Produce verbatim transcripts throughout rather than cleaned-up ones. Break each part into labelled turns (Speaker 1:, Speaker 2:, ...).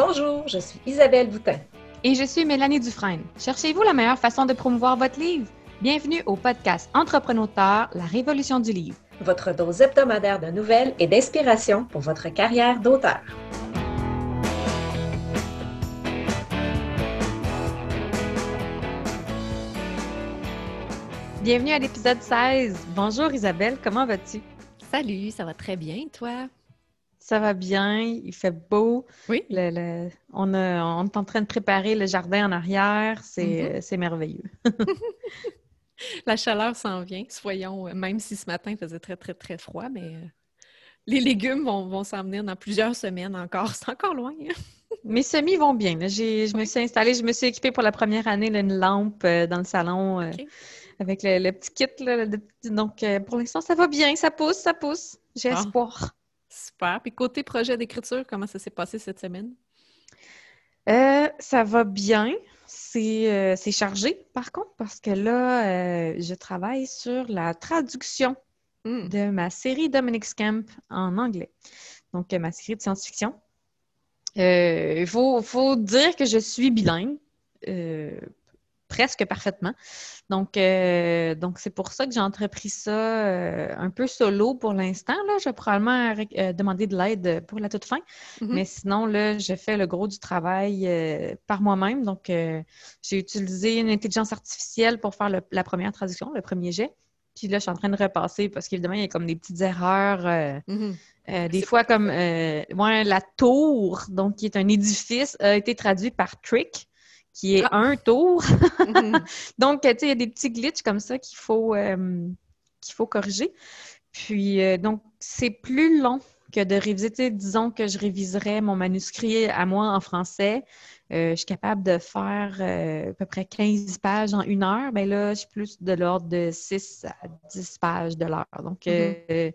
Speaker 1: Bonjour, je suis Isabelle Boutin.
Speaker 2: Et je suis Mélanie Dufresne. Cherchez-vous la meilleure façon de promouvoir votre livre? Bienvenue au podcast Entrepreneur, la révolution du livre.
Speaker 1: Votre dose hebdomadaire de nouvelles et d'inspiration pour votre carrière d'auteur.
Speaker 2: Bienvenue à l'épisode seize. Bonjour Isabelle, comment vas-tu?
Speaker 3: Salut, ça va très bien, toi?
Speaker 2: Ça va bien, il fait beau.
Speaker 3: Oui.
Speaker 2: Le, le, on, a, on est en train de préparer le jardin en arrière, c'est, mm-hmm. c'est merveilleux.
Speaker 3: La chaleur s'en vient, soyons, même si ce matin il faisait très, très, très froid, mais euh, les légumes vont, vont s'en venir dans plusieurs semaines encore. C'est encore loin.
Speaker 2: Mes semis vont bien. Là. J'ai, je me suis installée, je me suis équipée pour la première année là, une lampe euh, dans le salon euh, okay. avec le, le petit kit. Là, le, donc, euh, pour l'instant, ça va bien, ça pousse, ça pousse. J'ai
Speaker 3: ah,
Speaker 2: espoir.
Speaker 3: Super. Puis côté projet d'écriture, comment ça s'est passé cette semaine?
Speaker 2: Euh, ça va bien. C'est, euh, c'est chargé, par contre, parce que là, euh, je travaille sur la traduction mm. de ma série Dominic's Camp en anglais. Donc, euh, ma série de science-fiction. Il euh, faut, faut dire que je suis bilingue, euh, presque parfaitement. Donc, euh, donc, c'est pour ça que j'ai entrepris ça euh, un peu solo pour l'instant. Là, je vais probablement euh, demander de l'aide pour la toute fin. Mm-hmm. Mais sinon, là, je fais le gros du travail euh, par moi-même. Donc, euh, j'ai utilisé une intelligence artificielle pour faire le, la première traduction, le premier jet. Puis là, je suis en train de repasser parce qu'évidemment, il y a comme des petites erreurs. Euh, mm-hmm. Euh, des c'est fois, comme euh, ouais, la tour, donc qui est un édifice, a été traduit par trick, qui est ah. un tour. mm-hmm. Donc, tu sais, il y a des petits glitches comme ça qu'il faut, euh, qu'il faut corriger. Puis, euh, donc, c'est plus long que de réviser. Tu sais, disons que je réviserais mon manuscrit à moi en français. Euh, je suis capable de faire euh, à peu près quinze pages en une heure. Bien là, je suis plus de l'ordre de six à dix pages de l'heure. Donc, mm-hmm. euh,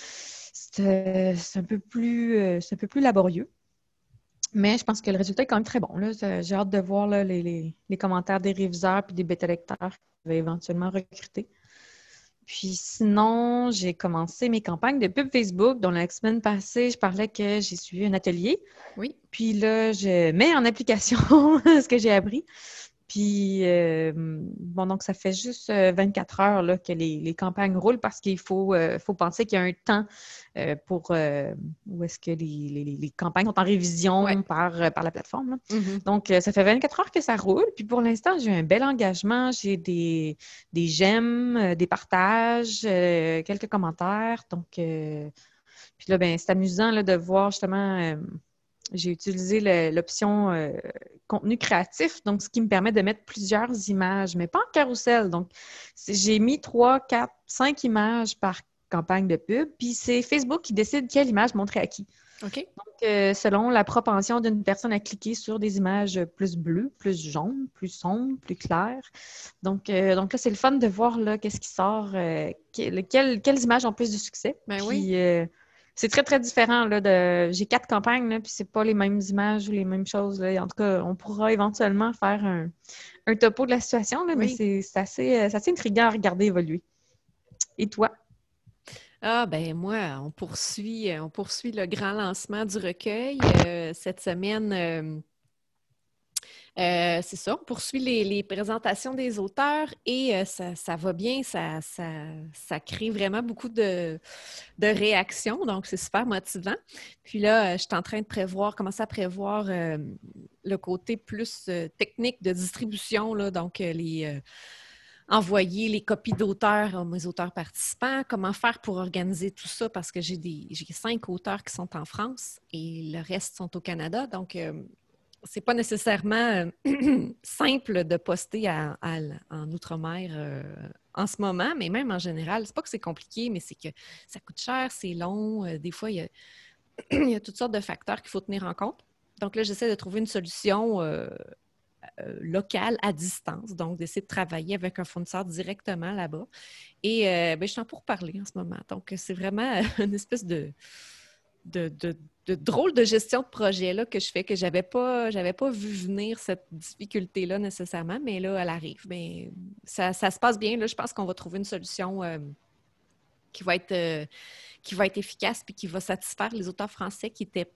Speaker 2: C'est, c'est, un peu plus, c'est un peu plus laborieux. Mais je pense que le résultat est quand même très bon. Là. J'ai hâte de voir là, les, les, les commentaires des réviseurs et des bêta-lecteurs qui va éventuellement recruter. Puis sinon, j'ai commencé mes campagnes de pub Facebook, dont la semaine passée, je parlais que j'ai suivi un atelier.
Speaker 3: Oui.
Speaker 2: Puis là, je mets en application ce que j'ai appris. Puis, euh, bon, donc, ça fait juste euh, vingt-quatre heures là, que les, les campagnes roulent parce qu'il faut, euh, faut penser qu'il y a un temps euh, pour euh, où est-ce que les, les, les campagnes sont en révision ouais. par, euh, par la plateforme. Mm-hmm. Donc, euh, ça fait vingt-quatre heures que ça roule. Puis, pour l'instant, j'ai un bel engagement. J'ai des, des j'aime, euh, des partages, euh, quelques commentaires. Donc, euh, puis là, ben, c'est amusant là, de voir justement... Euh, j'ai utilisé le, l'option euh, contenu créatif, donc ce qui me permet de mettre plusieurs images, mais pas en carrousel. Donc, j'ai mis trois, quatre, cinq images par campagne de pub, puis c'est Facebook qui décide quelle image montrer à qui.
Speaker 3: OK.
Speaker 2: Donc, euh, selon la propension d'une personne à cliquer sur des images plus bleues, plus jaunes, plus sombres, plus claires. Donc, euh, donc là, c'est le fun de voir là, qu'est-ce qui sort, euh, quelles, quelles images ont plus de succès.
Speaker 3: Ben
Speaker 2: puis,
Speaker 3: oui.
Speaker 2: Euh, c'est très, très différent. Là, de... J'ai quatre campagnes, là, puis c'est pas les mêmes images ou les mêmes choses. Là. En tout cas, on pourra éventuellement faire un, un topo de la situation, là, oui. mais c'est, c'est, assez, c'est assez intriguant à regarder évoluer. Et toi?
Speaker 3: Ah, ben moi, on poursuit, on poursuit le grand lancement du recueil. Euh, cette semaine... Euh... Euh, c'est ça, on poursuit les, les présentations des auteurs et euh, ça, ça va bien, ça, ça, ça crée vraiment beaucoup de, de réactions, donc c'est super motivant. Puis là, euh, je suis en train de prévoir, commencer à prévoir euh, le côté plus euh, technique de distribution, là, donc euh, les... Euh, envoyer les copies d'auteurs à mes auteurs participants, comment faire pour organiser tout ça, parce que j'ai, des, j'ai cinq auteurs qui sont en France et le reste sont au Canada, donc... Euh, c'est pas nécessairement euh, simple de poster à, à, en Outre-mer euh, en ce moment, mais même en général, c'est pas que c'est compliqué, mais c'est que ça coûte cher, c'est long. Euh, des fois, il y a, il y a toutes sortes de facteurs qu'il faut tenir en compte. Donc là, j'essaie de trouver une solution euh, euh, locale à distance, donc d'essayer de travailler avec un fournisseur directement là-bas. Et euh, ben, je suis en pourparlers en ce moment. Donc, c'est vraiment une espèce de... de, de de drôle de gestion de projet-là que je fais, que je n'avais pas, j'avais pas vu venir cette difficulté-là nécessairement, mais là, elle arrive. Mais ça, ça se passe bien. Là, je pense qu'on va trouver une solution euh, qui va être, euh, qui va être efficace puis qui va satisfaire les auteurs français qui étaient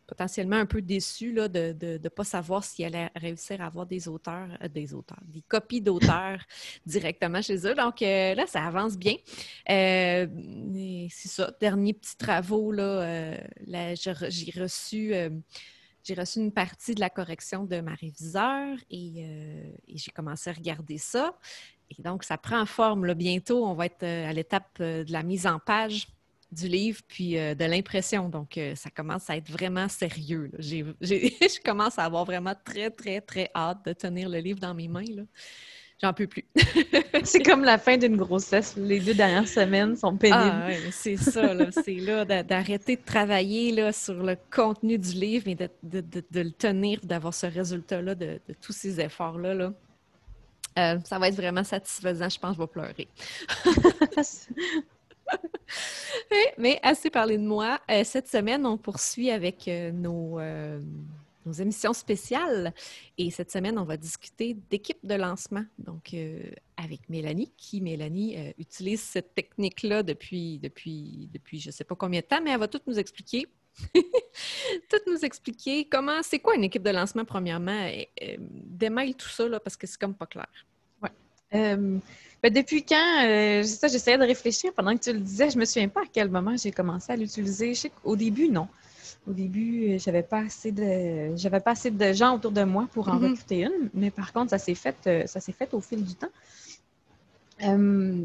Speaker 3: potentiellement un peu déçus là, de ne pas savoir s'ils allaient réussir à avoir des auteurs, euh, des auteurs, des copies d'auteurs directement chez eux. Donc euh, là, ça avance bien. Euh, c'est ça, derniers petits travaux, là, euh, là j'ai reçu... Euh, J'ai reçu une partie de la correction de ma réviseur et, euh, et j'ai commencé à regarder ça. Et donc, ça prend forme. Là. Bientôt, on va être à l'étape de la mise en page du livre puis euh, de l'impression. Donc, euh, ça commence à être vraiment sérieux. Là. J'ai, j'ai, je commence à avoir vraiment très, très, très hâte de tenir le livre dans mes mains. Là. J'en peux plus.
Speaker 2: C'est comme la fin d'une grossesse. Les deux dernières semaines sont pénibles.
Speaker 3: Ah oui, c'est ça. Là. C'est là d'arrêter de travailler là, sur le contenu du livre et de, de, de, de le tenir, d'avoir ce résultat-là, de, de tous ces efforts-là. Là. Euh, ça va être vraiment satisfaisant. Je pense que je vais pleurer. mais, mais assez parlé de moi. Euh, cette semaine, on poursuit avec euh, nos... Euh, nos émissions spéciales. Et cette semaine, on va discuter d'équipe de lancement. Donc, euh, avec Mélanie, qui, Mélanie, euh, utilise cette technique-là depuis, depuis, depuis je ne sais pas combien de temps, mais elle va tout nous expliquer. tout nous expliquer comment, c'est quoi une équipe de lancement, premièrement. Et, euh, démêle tout ça, là, parce que c'est comme pas clair.
Speaker 2: Oui. Euh, ben depuis quand, euh, ça, j'essayais de réfléchir pendant que tu le disais. Je ne me souviens pas à quel moment j'ai commencé à l'utiliser. Je sais qu'au début, non. Au début, j'avais pas assez de j'avais pas assez de gens autour de moi pour en mm-hmm. recruter une, mais par contre, ça s'est fait, ça s'est fait au fil du temps. Euh,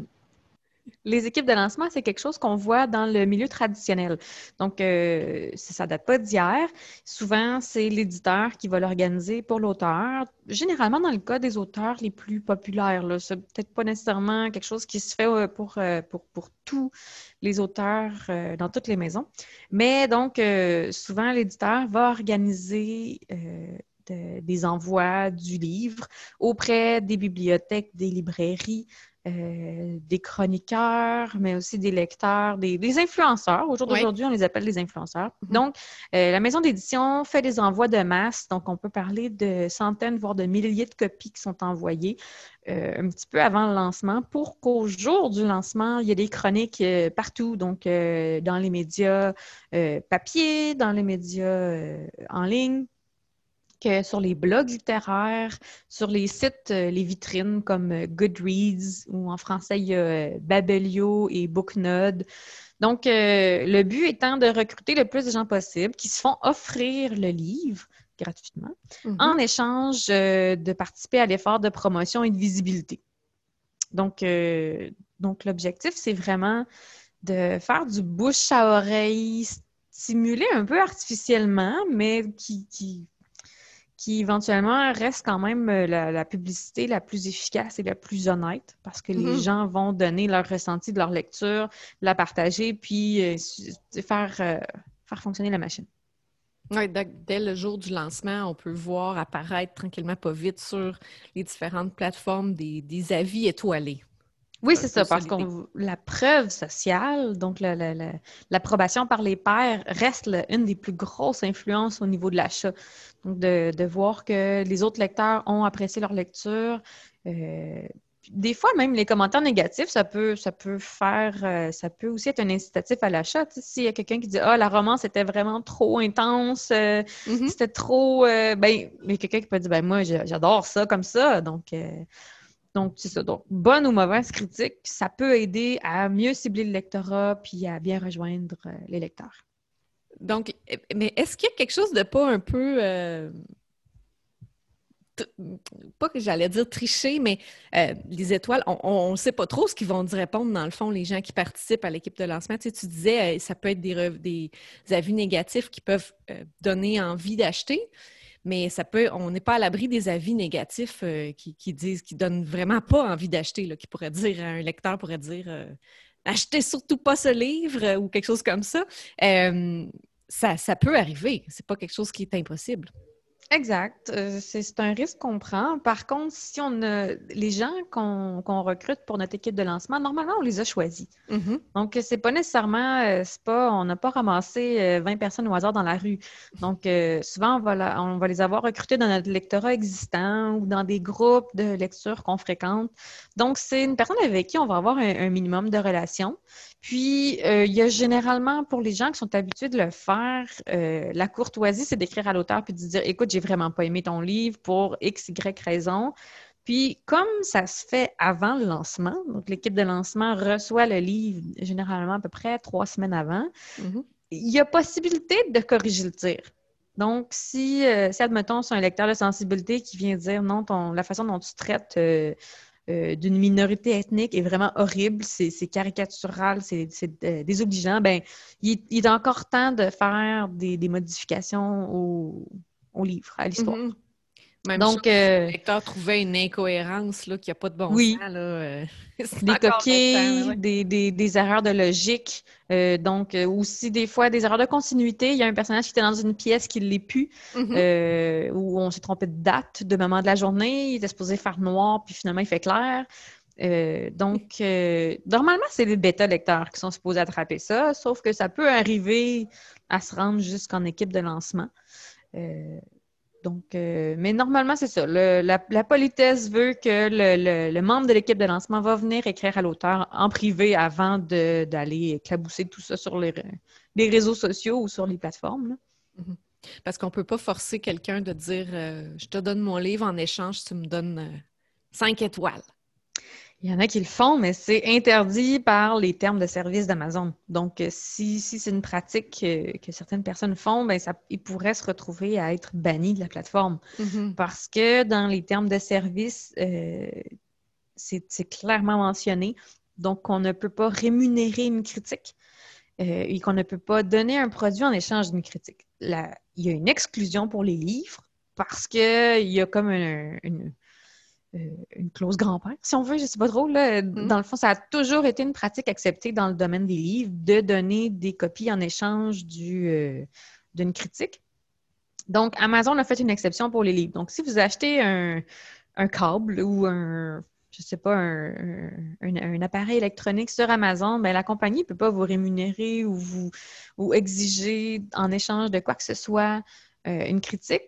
Speaker 2: les équipes de lancement, c'est quelque chose qu'on voit dans le milieu traditionnel. Donc, euh, ça ne date pas d'hier. Souvent, c'est l'éditeur qui va l'organiser pour l'auteur. Généralement, dans le cas des auteurs les plus populaires, là, c'est peut-être pas nécessairement quelque chose qui se fait pour, pour, pour tous les auteurs euh, dans toutes les maisons. Mais donc, euh, souvent, l'éditeur va organiser euh, de, des envois du livre auprès des bibliothèques, des librairies, Euh, des chroniqueurs, mais aussi des lecteurs, des, des influenceurs. Au jour d'aujourd'hui, oui. on les appelle des influenceurs. Mm-hmm. Donc, euh, la maison d'édition fait des envois de masse. Donc, on peut parler de centaines, voire de milliers de copies qui sont envoyées euh, un petit peu avant le lancement pour qu'au jour du lancement, il y ait des chroniques euh, partout. Donc, euh, dans les médias euh, papier, dans les médias euh, en ligne, que sur les blogs littéraires, sur les sites, euh, les vitrines comme euh, Goodreads, ou en français, il y a euh, Babelio et Booknode. Donc, euh, le but étant de recruter le plus de gens possible qui se font offrir le livre gratuitement mm-hmm. en échange euh, de participer à l'effort de promotion et de visibilité. Donc, euh, donc l'objectif, c'est vraiment de faire du bouche à oreille stimulé un peu artificiellement, mais qui... qui qui éventuellement reste quand même la, la publicité la plus efficace et la plus honnête parce que mm-hmm. les gens vont donner leur ressenti de leur lecture, la partager, puis euh, faire, euh, faire fonctionner la machine.
Speaker 3: Oui, dès le jour du lancement, on peut voir apparaître tranquillement, pas vite, sur les différentes plateformes des, des avis étoilés.
Speaker 2: Oui, c'est ça, parce que la preuve sociale, donc la, la, la, l'approbation par les pairs, reste là, une des plus grosses influences au niveau de l'achat. Donc, de, de voir que les autres lecteurs ont apprécié leur lecture. Euh, des fois, même les commentaires négatifs, ça peut, ça peut faire, euh, ça peut aussi être un incitatif à l'achat. Tu sais, s'il y a quelqu'un qui dit « Ah, la romance était vraiment trop intense, euh, mm-hmm. c'était trop... Euh, », ben, il y a quelqu'un qui peut dire « Ben, moi, j'adore ça comme ça. » Donc, euh, Donc, c'est ça. Donc, bonne ou mauvaise critique, ça peut aider à mieux cibler le lectorat puis à bien rejoindre euh, les lecteurs.
Speaker 3: Donc, mais est-ce qu'il y a quelque chose de pas un peu... Euh, t- pas que j'allais dire tricher, mais euh, les étoiles, on ne sait pas trop ce qu'ils vont répondre, dans le fond, les gens qui participent à l'équipe de lancement. Tu sais, tu disais, euh, ça peut être des, re- des avis négatifs qui peuvent euh, donner envie d'acheter. Mais ça peut, on n'est pas à l'abri des avis négatifs euh, qui, qui disent, qui donnent vraiment pas envie d'acheter, là, qui pourraient dire, un lecteur pourrait dire euh, achetez surtout pas ce livre euh, ou quelque chose comme ça. Euh, ça. Ça peut arriver. C'est pas quelque chose qui est impossible.
Speaker 2: Exact. Euh, c'est c'est un risque qu'on prend. Par contre, si on a les gens qu'on qu'on recrute pour notre équipe de lancement, normalement, on les a choisis.
Speaker 3: Mhm.
Speaker 2: Donc, c'est pas nécessairement, euh, c'est pas, on n'a pas ramassé euh, vingt personnes au hasard dans la rue. Donc, euh, souvent, on va, la- on va les avoir recrutés dans notre lectorat existant ou dans des groupes de lecture qu'on fréquente. Donc, c'est une personne avec qui on va avoir un, un minimum de relations. Puis, euh, il y a généralement, pour les gens qui sont habitués de le faire, euh, la courtoisie, c'est d'écrire à l'auteur puis de dire, écoute, j'ai vraiment pas aimé ton livre pour X, Y raison. Puis, comme ça se fait avant le lancement, donc l'équipe de lancement reçoit le livre généralement à peu près trois semaines avant,
Speaker 3: Mhm.
Speaker 2: il y a possibilité de corriger le tir. Donc, si, euh, si admettons, c'est un lecteur de sensibilité qui vient dire non, ton, la façon dont tu traites euh, euh, d'une minorité ethnique est vraiment horrible, c'est, c'est caricatural, c'est, c'est euh, désobligeant, ben, il, il est encore temps de faire des, des modifications au, au livre, à l'histoire.
Speaker 3: Mhm. Même chose,
Speaker 2: Donc,
Speaker 3: si le
Speaker 2: euh,
Speaker 3: lecteur trouvait une incohérence là, qui n'a pas de bon sens,
Speaker 2: oui.
Speaker 3: là, euh, c'est
Speaker 2: Des
Speaker 3: encore le temps. Là,
Speaker 2: coquilles,
Speaker 3: ouais.
Speaker 2: des, des, des erreurs de logique, euh, donc euh, aussi des fois des erreurs de continuité. Il y a un personnage qui était dans une pièce qui ne l'est plus,
Speaker 3: Mhm.
Speaker 2: euh, où on s'est trompé de date, de moment de la journée. Il était supposé faire noir, puis finalement il fait clair. Euh, donc, euh, normalement, c'est les bêta-lecteurs qui sont supposés attraper ça, sauf que ça peut arriver à se rendre jusqu'en équipe de lancement. Euh, donc, euh, mais normalement, c'est ça. Le- la, la politesse veut que le, le- le membre de l'équipe de lancement va venir écrire à l'auteur en privé avant de- d'aller éclabousser tout ça sur les, les réseaux sociaux ou sur les plateformes, là.
Speaker 3: Mhm. Parce qu'on ne peut pas forcer quelqu'un de dire euh, je te donne mon livre en échange, tu me donnes euh, cinq étoiles.
Speaker 2: Il y en a qui le font, mais c'est interdit par les termes de service d'Amazon. Donc, euh, si, si c'est une pratique euh, que certaines personnes font, ben ça, ils pourraient se retrouver à être bannis de la plateforme.
Speaker 3: Mhm.
Speaker 2: Parce que dans les termes de service, euh, c'est c'est clairement mentionné. Donc, on ne peut pas rémunérer une critique euh, et qu'on ne peut pas donner un produit en échange d'une critique. La- il y a une exclusion pour les livres parce qu'il y a comme un- une, euh, une clause grand-père, si on veut, je ne sais pas trop. Là.
Speaker 3: Mhm.
Speaker 2: Dans le fond, ça a toujours été une pratique acceptée dans le domaine des livres de donner des copies en échange du, euh, d'une critique. Donc, Amazon a fait une exception pour les livres. Donc, si vous achetez un, un câble ou un, je sais pas, un, un- un appareil électronique sur Amazon, ben, la compagnie ne peut pas vous rémunérer ou vous ou exiger en échange de quoi que ce soit euh, une critique.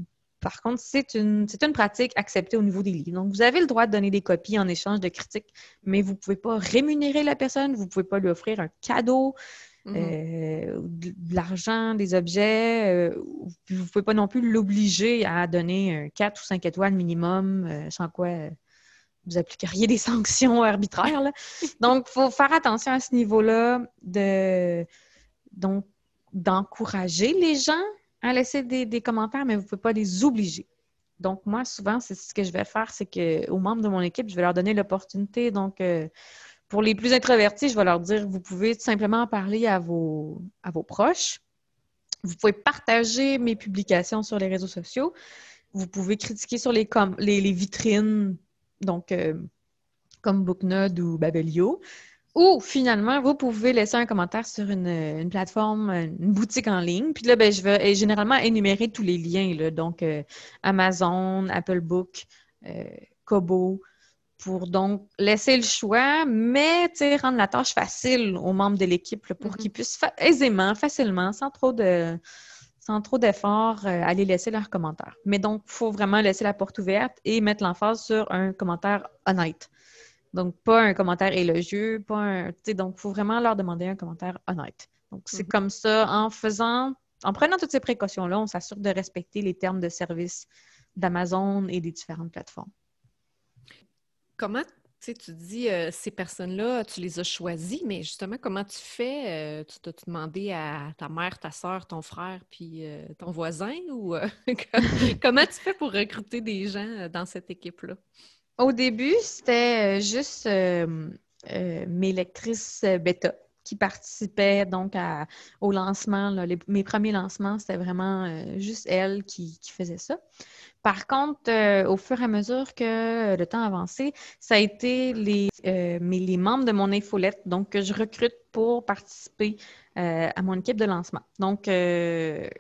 Speaker 2: Par contre, c'est une, c'est une pratique acceptée au niveau des livres. Donc, vous avez le droit de donner des copies en échange de critiques, mais vous ne pouvez pas rémunérer la personne, vous ne pouvez pas lui offrir un cadeau,
Speaker 3: Mhm.
Speaker 2: euh, de, de l'argent, des objets. Euh, vous ne pouvez pas non plus l'obliger à donner un quatre ou cinq étoiles minimum, euh, sans quoi euh, vous appliqueriez des sanctions arbitraires, là. Donc, il faut faire attention à ce niveau-là de, donc, d'encourager les gens à laisser des, des commentaires, mais vous ne pouvez pas les obliger. Donc, moi, souvent, c'est ce que je vais faire, c'est qu'aux membres de mon équipe, je vais leur donner l'opportunité. Donc, euh, pour les plus introvertis, je vais leur dire, vous pouvez tout simplement parler à vos, à vos proches. Vous pouvez partager mes publications sur les réseaux sociaux. Vous pouvez critiquer sur les, com- les, les vitrines, donc euh, comme Booknode ou Babelio. Ou finalement, vous pouvez laisser un commentaire sur une, une plateforme, une boutique en ligne. Puis là, ben, je vais généralement énumérer tous les liens, là. Donc, euh, Amazon, Apple Book, euh, Kobo, pour donc laisser le choix, mais rendre la tâche facile aux membres de l'équipe là, pour
Speaker 3: Mhm.
Speaker 2: qu'ils puissent fa- aisément, facilement, sans trop de sans trop d'efforts, euh, aller laisser leurs commentaires. Mais donc, il faut vraiment laisser la porte ouverte et mettre l'emphase sur un commentaire honnête. Donc, pas un commentaire élogieux, pas un. Tu sais, donc, il faut vraiment leur demander un commentaire honnête. Donc, c'est
Speaker 3: Mhm.
Speaker 2: comme ça, en faisant, en prenant toutes ces précautions-là, on s'assure de respecter les termes de service d'Amazon et des différentes plateformes.
Speaker 3: Comment, tu sais, tu dis euh, ces personnes-là, tu les as choisies, mais justement, comment tu fais? Euh, tu t'as demandé à ta mère, ta soeur, ton frère, puis euh, ton voisin? Ou euh, comment tu fais pour recruter des gens euh, dans cette équipe-là?
Speaker 2: Au début, c'était euh, juste euh, euh, mes lectrices euh, bêta qui participaient donc à- au lancement. Là. Les- mes premiers lancements, c'était vraiment euh, juste elles qui, qui faisaient ça. Par contre, euh, au fur et à mesure que le temps avançait, ça a été les, euh, mes- les membres de mon infolette donc, que je recrute pour participer euh, à mon équipe de lancement. Donc, euh,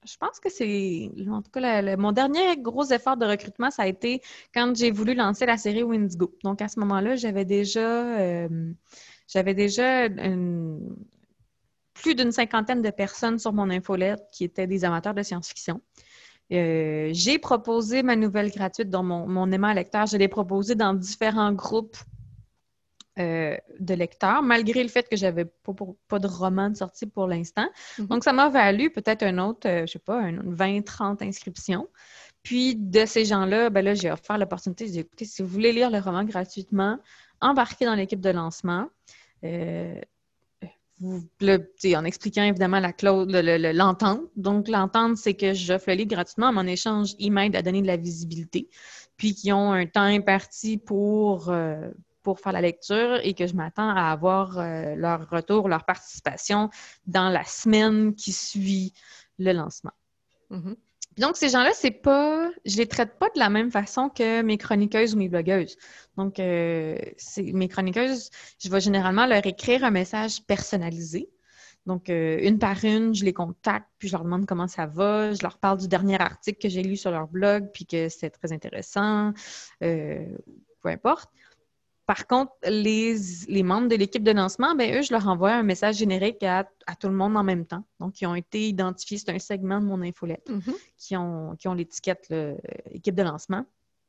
Speaker 2: je pense que c'est, en tout cas, le- le- mon dernier gros effort de recrutement, ça a été quand j'ai voulu lancer la série Windigo. Donc, à ce moment-là, j'avais déjà, euh, j'avais déjà une- plus d'une cinquantaine de personnes sur mon infolette qui étaient des amateurs de science-fiction. Euh, j'ai proposé ma nouvelle gratuite dans mon, mon aimant lecteur. Je l'ai proposée dans différents groupes euh, de lecteurs, malgré le fait que j'avais pas, pour- pas de roman de sortie pour l'instant.
Speaker 3: Mhm.
Speaker 2: Donc, ça m'a valu peut-être un autre, euh, je sais pas, un- vingt, trente inscriptions. Puis, de ces gens-là, ben là, j'ai offert l'opportunité. J'ai dit, écoutez, si vous voulez lire le roman gratuitement, embarquez dans l'équipe de lancement. Euh, vous, là, tu sais, en expliquant évidemment la clause, le- le- le- l'entente. Donc, l'entente, c'est que j'offre le livre gratuitement, mais en échange, ils m'aident à donner de la visibilité, puis qu'ils ont un temps imparti pour, euh, pour faire la lecture et que je m'attends à avoir euh, leur retour, leur participation dans la semaine qui suit le lancement.
Speaker 3: Mhm.
Speaker 2: Donc, ces gens-là, c'est pas, je les traite pas de la même façon que mes chroniqueuses ou mes blogueuses. Donc, euh, c'est, mes chroniqueuses, je vais généralement leur écrire un message personnalisé. Donc, euh, une par une, je les contacte, puis je leur demande comment ça va. Je leur parle du dernier article que j'ai lu sur leur blog, puis que c'est très intéressant, euh, peu importe. Par contre, les, les membres de l'équipe de lancement, ben eux, je leur envoie un message générique à, à tout le monde en même temps. Donc, ils ont été identifiés, c'est un segment de mon infolette
Speaker 3: Mhm.
Speaker 2: qui ont, qui ont l'étiquette là, équipe de lancement.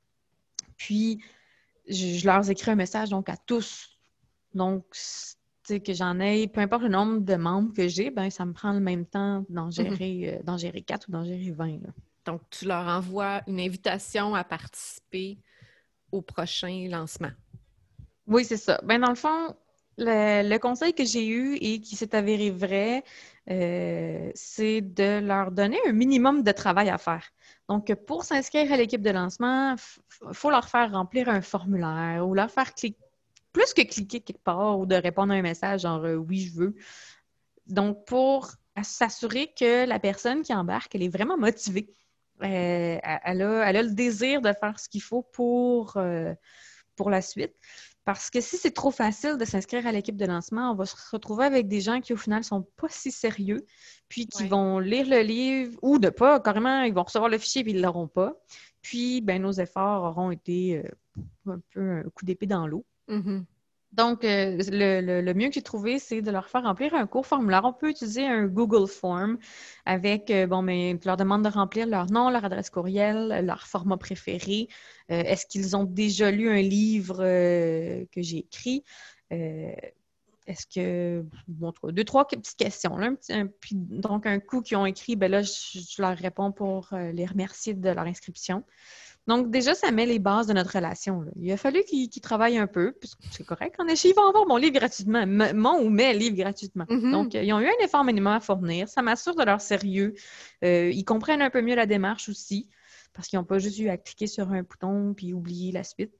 Speaker 2: Puis, je, je leur écris un message donc à tous. Donc, tu sais, que j'en ai, peu importe le nombre de membres que j'ai, ben ça me prend le même temps d'en
Speaker 3: Mhm.
Speaker 2: gérer, euh, d'en gérer quatre ou d'en gérer vingt. Là.
Speaker 3: Donc, tu leur envoies une invitation à participer au prochain lancement.
Speaker 2: Oui, c'est ça. Ben, dans le fond, le, le conseil que j'ai eu et qui s'est avéré vrai, euh, c'est de leur donner un minimum de travail à faire. Donc, pour s'inscrire à l'équipe de lancement, il faut leur faire remplir un formulaire ou leur faire cliquer, plus que cliquer quelque part ou de répondre à un message genre euh, oui, je veux. Donc, pour s'assurer que la personne qui embarque, elle est vraiment motivée. Euh, elle a, elle a le désir de faire ce qu'il faut pour, euh, pour la suite. Parce que si c'est trop facile de s'inscrire à l'équipe de lancement, on va se retrouver avec des gens qui, au final, ne sont pas si sérieux, puis qui
Speaker 3: Ouais.
Speaker 2: vont lire le livre ou de pas, carrément, ils vont recevoir le fichier puis ils ne l'auront pas. Puis, ben, nos efforts auront été euh, un peu un coup d'épée dans l'eau.
Speaker 3: Mhm.
Speaker 2: Donc, euh, le, le- le mieux que j'ai trouvé, c'est de leur faire remplir un court formulaire. On peut utiliser un Google Form avec, euh, bon, mais tu leur demandes de remplir leur nom, leur adresse courriel, leur format préféré. Euh, est-ce qu'ils ont déjà lu un livre euh, que j'ai écrit? Euh, est-ce que, bon, deux, trois petites questions. Là, un petit- un- puis, donc, un coup qu'ils ont écrit, ben là, je, je leur réponds pour euh, les remercier de leur inscription. Donc, déjà, ça met les bases de notre relation. Là. Il a fallu qu'ils qu'ils travaillent un peu, puis c'est correct. En effet, ils vont avoir mon livre gratuitement, m- mon ou mes livres gratuitement.
Speaker 3: Mhm.
Speaker 2: Donc, euh, ils ont eu un effort minimum à fournir. Ça m'assure de leur sérieux. Euh, ils comprennent un peu mieux la démarche aussi, parce qu'ils n'ont pas juste eu à cliquer sur un bouton puis oublier la suite.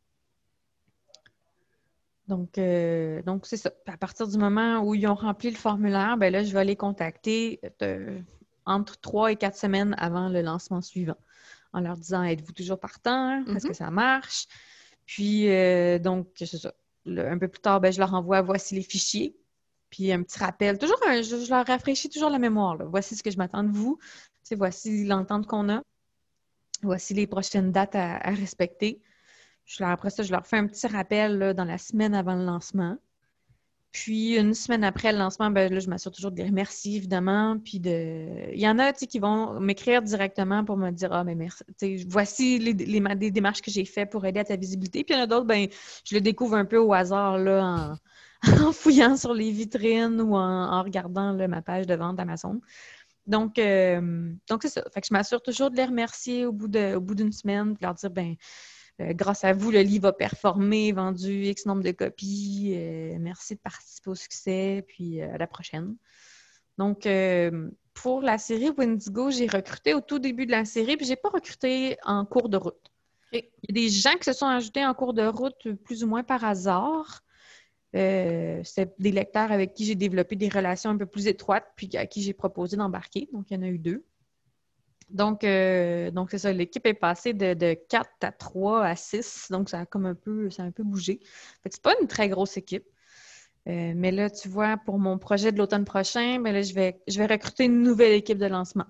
Speaker 2: Donc, euh, donc c'est ça. À partir du moment où ils ont rempli le formulaire, ben là, je vais les contacter euh, entre trois et quatre semaines avant le lancement suivant, en leur disant êtes-vous toujours partant? Est-ce
Speaker 3: Mhm.
Speaker 2: que ça marche? Puis, euh, donc, c'est ça. Le- un peu plus tard, ben, je leur envoie voici les fichiers. Puis, un petit rappel. Toujours, un- je, je leur rafraîchis toujours la mémoire. Là. Voici ce que je m'attends de vous. Tu sais, voici l'entente qu'on a. Voici les prochaines dates à, à respecter. Je leur, après ça, je leur fais un petit rappel là, dans la semaine avant le lancement. Puis, une semaine après le lancement, ben, là, je m'assure toujours de les remercier, évidemment. Puis, de... il y en a qui vont m'écrire directement pour me dire ah, ben merci. T'sais, voici les, les, les démarches que j'ai faites pour aider à ta visibilité. Puis, il y en a d'autres, ben, je le découvre un peu au hasard là, en, en fouillant sur les vitrines ou en, en regardant là, ma page de vente Amazon. Donc, euh, donc c'est ça. Fait que je m'assure toujours de les remercier au bout de, au bout d'une semaine, de leur dire ben euh, grâce à vous, le livre a performé, vendu X nombre de copies. Euh, merci de participer au succès, puis euh, à la prochaine. Donc, euh, pour la série Windigo, j'ai recruté au tout début de la série, puis je n'ai pas recruté en cours de route.
Speaker 3: Okay.
Speaker 2: Il y a des gens qui se sont ajoutés en cours de route plus ou moins par hasard. Euh, c'est des lecteurs avec qui j'ai développé des relations un peu plus étroites, puis à qui j'ai proposé d'embarquer. Donc, il y en a eu deux. Donc, euh, donc c'est ça, l'équipe est passée de, de quatre à trois à six, donc ça a comme un peu, ça a un peu bougé. Fait que c'est pas une très grosse équipe. Euh, mais là, tu vois, pour mon projet de l'automne prochain, ben là, je vais, je vais recruter une nouvelle équipe de lancement.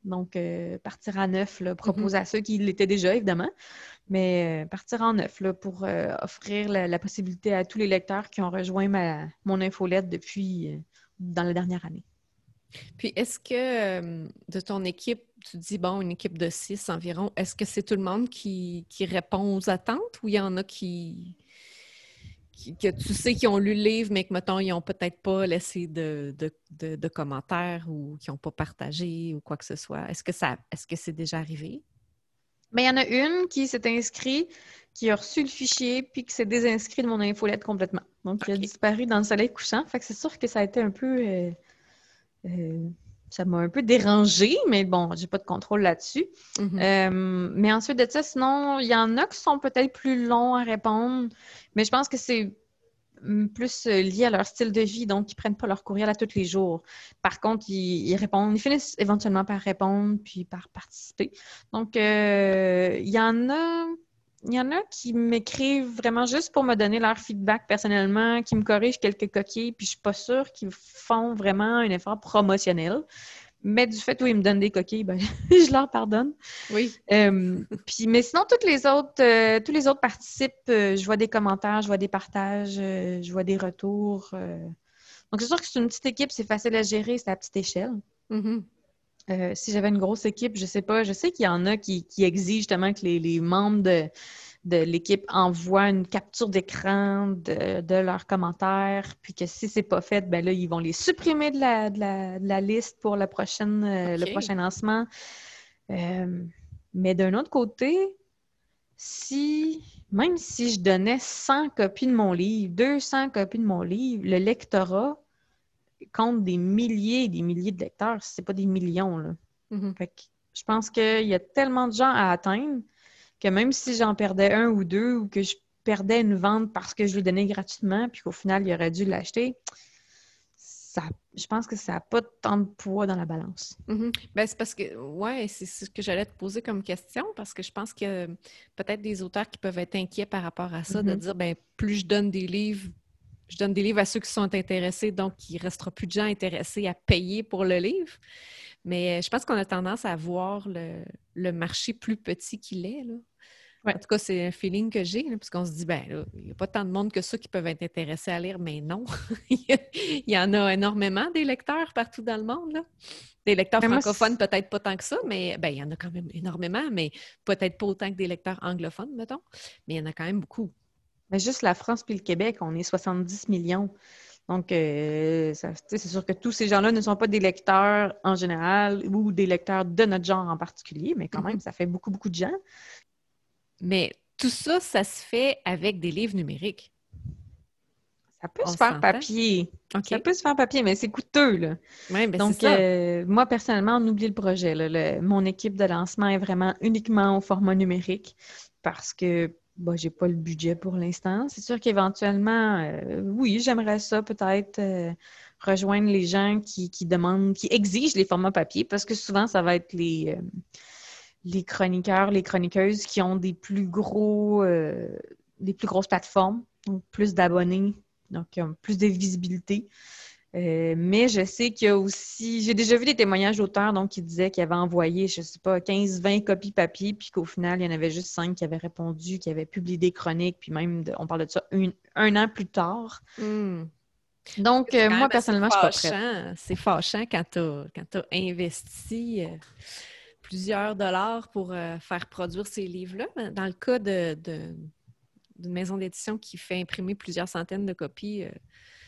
Speaker 2: Donc, euh, partir à neuf, là, proposer
Speaker 3: Mm-hmm.
Speaker 2: à ceux qui l'étaient déjà, évidemment, mais euh, partir en neuf là, pour euh, offrir la, la possibilité à tous les lecteurs qui ont rejoint ma, mon infolette depuis euh, dans la dernière année.
Speaker 3: Puis, est-ce que euh, de ton équipe, tu dis, bon, une équipe de six environ, est-ce que c'est tout le monde qui, qui répond aux attentes ou il y en a qui, qui- que tu sais qui ont lu le livre, mais que, mettons, ils n'ont peut-être pas laissé de, de, de- de commentaires ou qui n'ont pas partagé ou quoi que ce soit? Est-ce que ça, est-ce que c'est déjà arrivé?
Speaker 2: Mais il y en a une qui s'est inscrite, qui a reçu le fichier, puis qui s'est désinscrit de mon infolette complètement. Donc, il a
Speaker 3: OK.
Speaker 2: disparu dans le soleil couchant. Fait que c'est sûr que ça a été un peu... euh, euh, ça m'a un peu dérangée, mais bon, j'ai pas de contrôle là-dessus.
Speaker 3: Mhm.
Speaker 2: Euh, mais ensuite de ça, sinon, il y en a qui sont peut-être plus longs à répondre, mais je pense que c'est hum, plus euh, lié à leur style de vie, donc ils prennent pas leur courriel à tous les jours. Par contre, ils, ils répondent, ils finissent éventuellement par répondre, puis par participer. Donc, euh, il y en a, il y en a qui m'écrivent vraiment juste pour me donner leur feedback personnellement, qui me corrigent quelques coquilles, puis je suis pas sûre qu'ils font vraiment un effort promotionnel. Mais du fait où ils me donnent des coquilles, ben, je leur pardonne.
Speaker 3: Oui.
Speaker 2: Euh, puis, mais sinon, toutes les autres, euh, tous les autres participent. Euh, je vois des commentaires, je vois des partages, euh, je vois des retours. euh. Donc, c'est sûr que c'est une petite équipe, c'est facile à gérer, c'est à petite échelle.
Speaker 3: Mhm.
Speaker 2: Euh, si j'avais une grosse équipe, je sais pas, je sais qu'il y en a qui, qui exigent justement que les, les membres de, de l'équipe envoient une capture d'écran de, de leurs commentaires, puis que si c'est pas fait, ben là, ils vont les supprimer de la, de la, de la liste pour le prochain, euh, le
Speaker 3: OK.
Speaker 2: prochain lancement. Euh, mais d'un autre côté, si, même si je donnais cent copies de mon livre, deux cents copies de mon livre, le lectorat compte des milliers et des milliers de lecteurs, c'est pas des millions, là.
Speaker 3: Mhm.
Speaker 2: Fait que je pense qu'il y a tellement de gens à atteindre que même si j'en perdais un ou deux ou que je perdais une vente parce que je l'ai donné gratuitement puis qu'au final, il aurait dû l'acheter, ça, je pense que ça n'a pas tant de poids dans la balance.
Speaker 3: Mhm. Ben, c'est parce que, ouais, c'est ce que j'allais te poser comme question, parce que je pense qu'il y a peut-être des auteurs qui peuvent être inquiets par rapport à ça, de
Speaker 2: Mhm.
Speaker 3: dire, ben, plus je donne des livres, je donne des livres à ceux qui sont intéressés, donc il ne restera plus de gens intéressés à payer pour le livre. Mais euh, je pense qu'on a tendance à voir le, le marché plus petit qu'il est, là.
Speaker 2: Ouais.
Speaker 3: En tout cas, c'est un feeling que j'ai, là, parce qu'on se dit, ben là, il n'y a pas tant de monde que ça qui peuvent être intéressés à lire, mais non. Il y a- il y en a énormément des lecteurs partout dans le monde, là. Des lecteurs
Speaker 2: Mais moi,
Speaker 3: francophones, peut-être pas tant que ça, mais ben, il y en a quand même énormément, mais peut-être pas autant que des lecteurs anglophones, mettons. Mais il y en a quand même beaucoup.
Speaker 2: mais juste la France puis le Québec, on est soixante-dix millions. Donc, euh, ça- tu sais, c'est sûr que tous ces gens-là ne sont pas des lecteurs en général ou des lecteurs de notre genre en particulier, mais quand
Speaker 3: Mhm.
Speaker 2: même, ça fait beaucoup, beaucoup de gens.
Speaker 3: Mais tout ça, ça se fait avec des livres numériques.
Speaker 2: Ça peut
Speaker 3: On
Speaker 2: se faire
Speaker 3: s'entend?
Speaker 2: papier.
Speaker 3: OK.
Speaker 2: Ça peut se faire papier, mais c'est coûteux, là.
Speaker 3: Oui, ben c'est
Speaker 2: Donc,
Speaker 3: ça.
Speaker 2: euh, moi, personnellement, on oublie le projet, là. Le- mon équipe de lancement est vraiment uniquement au format numérique parce que bah, j'ai pas le budget pour l'instant. C'est sûr qu'éventuellement, euh, oui, j'aimerais ça peut-être euh, rejoindre les gens qui, qui demandent, qui exigent les formats papier parce que souvent, ça va être les, euh, les chroniqueurs, les chroniqueuses qui ont des plus gros, euh, des plus grosses plateformes, donc plus d'abonnés, donc qui ont plus de visibilité. Euh, mais je sais qu'il y a aussi, j'ai déjà vu des témoignages d'auteurs donc, qui disaient qu'ils avaient envoyé, je ne sais pas, quinze vingt copies papier, puis qu'au final, il y en avait juste cinq qui avaient répondu, qui avaient publié des chroniques, puis même, de- on parle de ça un, un an plus tard.
Speaker 3: Hmm.
Speaker 2: Donc,
Speaker 3: C'est
Speaker 2: euh,
Speaker 3: quand
Speaker 2: moi,
Speaker 3: même assez
Speaker 2: personnellement, je ne suis pas prête.
Speaker 3: fâchant. C'est fâchant quand tu as, quand t'as investi euh, plusieurs dollars pour euh, faire produire ces livres-là. Mais dans le cas de, de- d'une maison d'édition qui fait imprimer plusieurs centaines de copies, euh,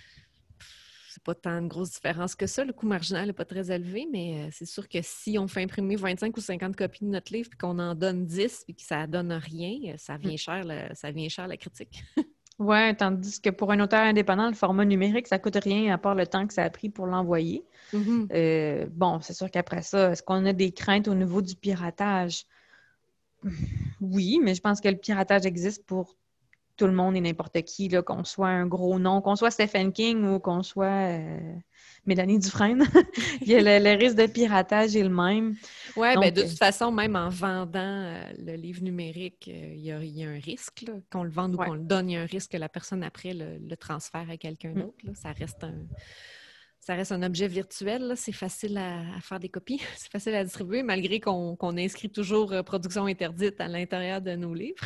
Speaker 3: c'est pas tant de grosse différence que ça. Le coût marginal n'est pas très élevé, mais euh, c'est sûr que si on fait imprimer vingt-cinq ou cinquante copies de notre livre puis qu'on en donne dix puis que ça donne rien, euh, ça vient cher, le- ça vient cher la critique.
Speaker 2: Ouais, tandis que pour un auteur indépendant, le format numérique, ça ne coûte rien à part le temps que ça a pris pour l'envoyer.
Speaker 3: Mhm.
Speaker 2: Euh, bon, c'est sûr qu'après ça, est-ce qu'on a des craintes au niveau du piratage? Oui, mais je pense que le piratage existe pour tout le monde et n'importe qui, là, qu'on soit un gros nom, qu'on soit Stephen King ou qu'on soit euh, Mélanie Dufresne. Il y a le, le risque de piratage est le même.
Speaker 3: Oui, ben
Speaker 2: Donc,
Speaker 3: de
Speaker 2: euh,
Speaker 3: toute façon, même en vendant euh, le livre numérique, euh, il y a, il y a un risque, là. Qu'on le vende ou
Speaker 2: ouais.
Speaker 3: qu'on le donne, il y a un risque que la personne après le, le transfère à quelqu'un
Speaker 2: Mm.
Speaker 3: d'autre, là. Ça reste un, ça reste un objet virtuel, là. C'est facile à, à faire des copies, c'est facile à distribuer, malgré qu'on, qu'on inscrit toujours euh, production interdite à l'intérieur de nos livres.